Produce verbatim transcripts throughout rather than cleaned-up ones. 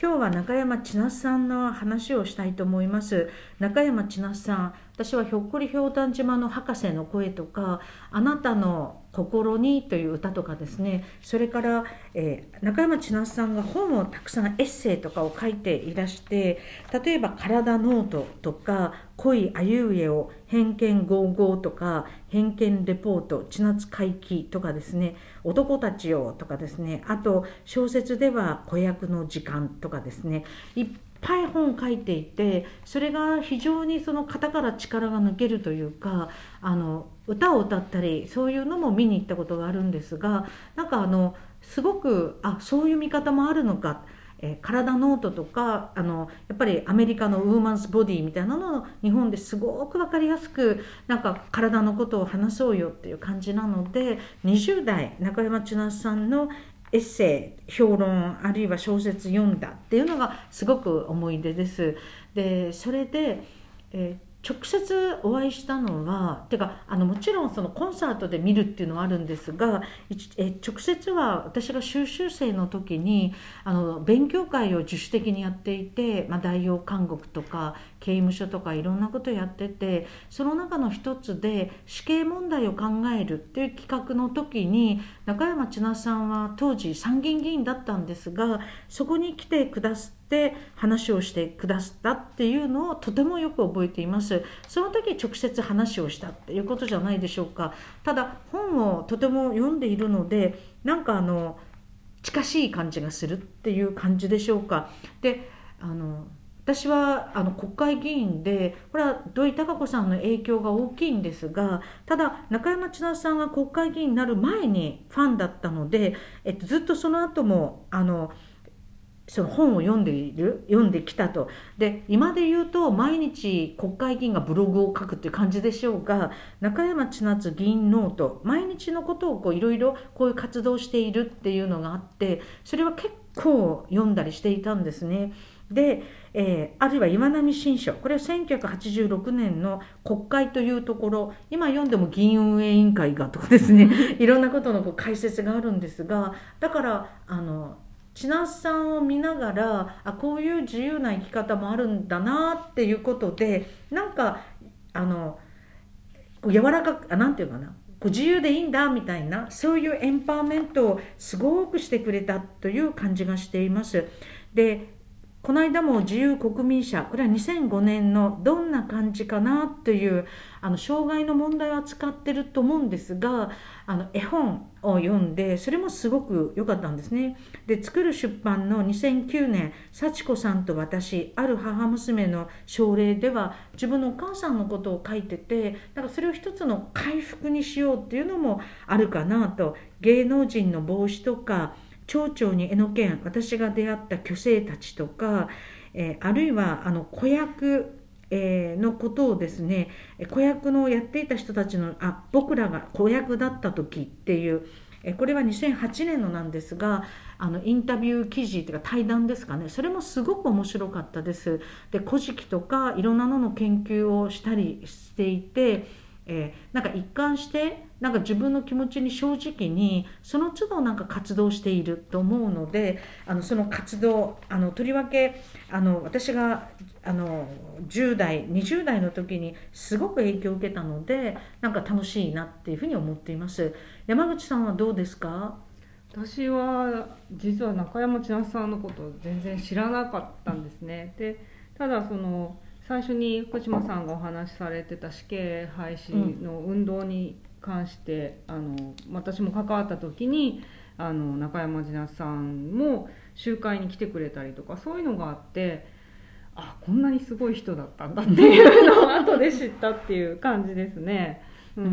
今日は中山千夏さんの話をしたいと思います。中山千夏さん、私はひょっこりひょうたん島の博士の声とか、あなたの心にという歌とかですね、それから、えー、中山千夏さんが本をたくさんエッセイとかを書いていらして、例えば体ノートとか恋あいうえを偏見ゴーゴーとか偏見レポート千夏回帰とかですね、男たちよとかですね、あと小説では子役の時間とかですね、いっぱい本を書いていて、それが非常にその型から力が抜けるというか、あの歌を歌ったりそういうのも見に行ったことがあるんですが、なんかあのすごくあそういう見方もあるのか、えー、体ノートとかあのやっぱりアメリカのウーマンスボディみたいなのを日本ですごく分かりやすくなんか体のことを話そうよっていう感じなので、にじゅう代中山千夏さんのエッセイ評論あるいは小説読んだっていうのがすごく思い出です。でそれで、えー直接お会いしたのはてかあのもちろんそのコンサートで見るっていうのはあるんですが、え直接は私が修習生の時にあの勉強会を自主的にやっていて、まあ、代用監獄とか刑務所とかいろんなことをやってて、その中の一つで死刑問題を考えるっていう企画の時に中山千夏さんは当時参議院議員だったんですが、そこに来てくださってで話をしてくださったっていうのをとてもよく覚えています。その時直接話をしたっていうことじゃないでしょうか。ただ本をとても読んでいるので、なんかあの近しい感じがするっていう感じでしょうか。であの私はあの国会議員で、これは土井孝子さんの影響が大きいんですが、ただ中山千夏さんが国会議員になる前にファンだったので、えっと、ずっとその後もあのその本を読んでいる読んできたと。で今で言うと毎日国会議員がブログを書くっていう感じでしょうが、中山千夏議員ノート、毎日のことをいろいろこういう活動しているっていうのがあって、それは結構読んだりしていたんですね。で、えー、あるいは岩波新書、これはせんきゅうひゃくはちじゅうろくねんの国会というところ、今読んでも議員運営委員会がとかですねいろんなことのこう解説があるんですが、だからあの千夏さんを見ながら、あこういう自由な生き方もあるんだなっていうことで、なんかあの柔らかく、あなんていうかな、こう自由でいいんだみたいな、そういうエンパワーメントをすごくしてくれたという感じがしています。でこの間も自由国民社、これはにせんごねんのどんな感じかなというあの障害の問題を扱ってると思うんですが、あの絵本を読んで、それもすごく良かったんですね。で作る出版のにせんきゅうねん幸子さんと私ある母娘の奨励では自分のお母さんのことを書いてて、だからそれを一つの回復にしようっていうのもあるかなと。芸能人の帽子とか町長に絵の剣、私が出会った巨星たちとか、えー、あるいはあの子役、えー、のことをですね、子役のやっていた人たちのあ僕らが子役だった時っていう、えー、これはにせんはちねんのなんですが、あのインタビュー記事というか対談ですかね、それもすごく面白かったです。で古事記とかいろんなのの研究をしたりしていて、えー、なんか一貫してなんか自分の気持ちに正直にその都度なんか活動していると思うので、あのその活動あのとりわけあの私があのじゅう代にじゅう代の時にすごく影響を受けたので、なんか楽しいなっていうふうに思っています。山口さんはどうですか？ 私は実は中山千夏さんのことを全然知らなかったんですね。でただその最初に福島さんがお話しされてた死刑廃止の運動に関して、うん、あの私も関わった時にあの中山千夏さんも集会に来てくれたりとか、そういうのがあって、あこんなにすごい人だったんだっていうのを後で知ったっていう感じですね。うんうん、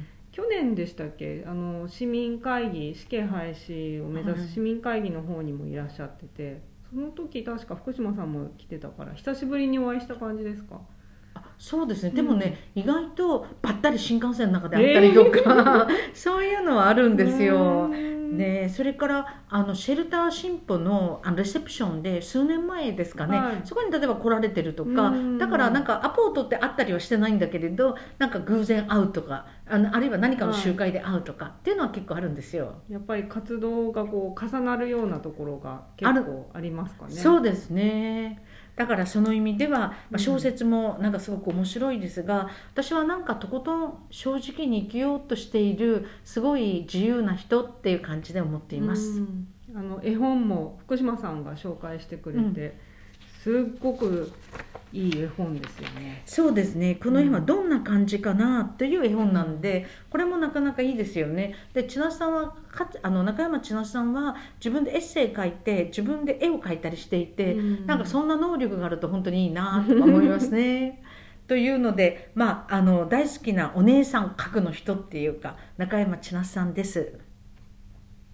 去年でしたっけ、あの市民会議、死刑廃止を目指す市民会議の方にもいらっしゃってて、その時確か福島さんも来てたから久しぶりにお会いした感じですか？ あそうですね、でもね、うん、意外とばったり新幹線の中であったりとか、えー、そういうのはあるんですよ。 でそれからあのシェルター新婦のあのレセプションで数年前ですかね、 はい、 そこに例えば来られてるとか、だからなんかアポを取って会ったりはしてないんだけれど、なんか偶然会うとか、あのあるいは何かの集会で会うとかっていうのは結構あるんですよ。 やっぱり活動がこう重なるようなところが結構ありますかね。 そうですね。だからその意味では、まあ、小説もなんかすごく面白いですが、うん、私はなんかとことん正直に生きようとしているすごい自由な人っていう感じで思っています。 うん、あの絵本も福島さんが紹介してくれて、うん、すっごくいい絵本ですよね。 そうですね。この絵はどんな感じかなという絵本なんで、うん、これもなかなかいいですよね。で千奈さんはかあの中山千奈さんは自分でエッセイ書いて自分で絵を描いたりしていて、うん、なんかそんな能力があると本当にいいなと思いますね。というので、まあ、あの大好きなお姉さん格の人っていうか中山千奈さんです。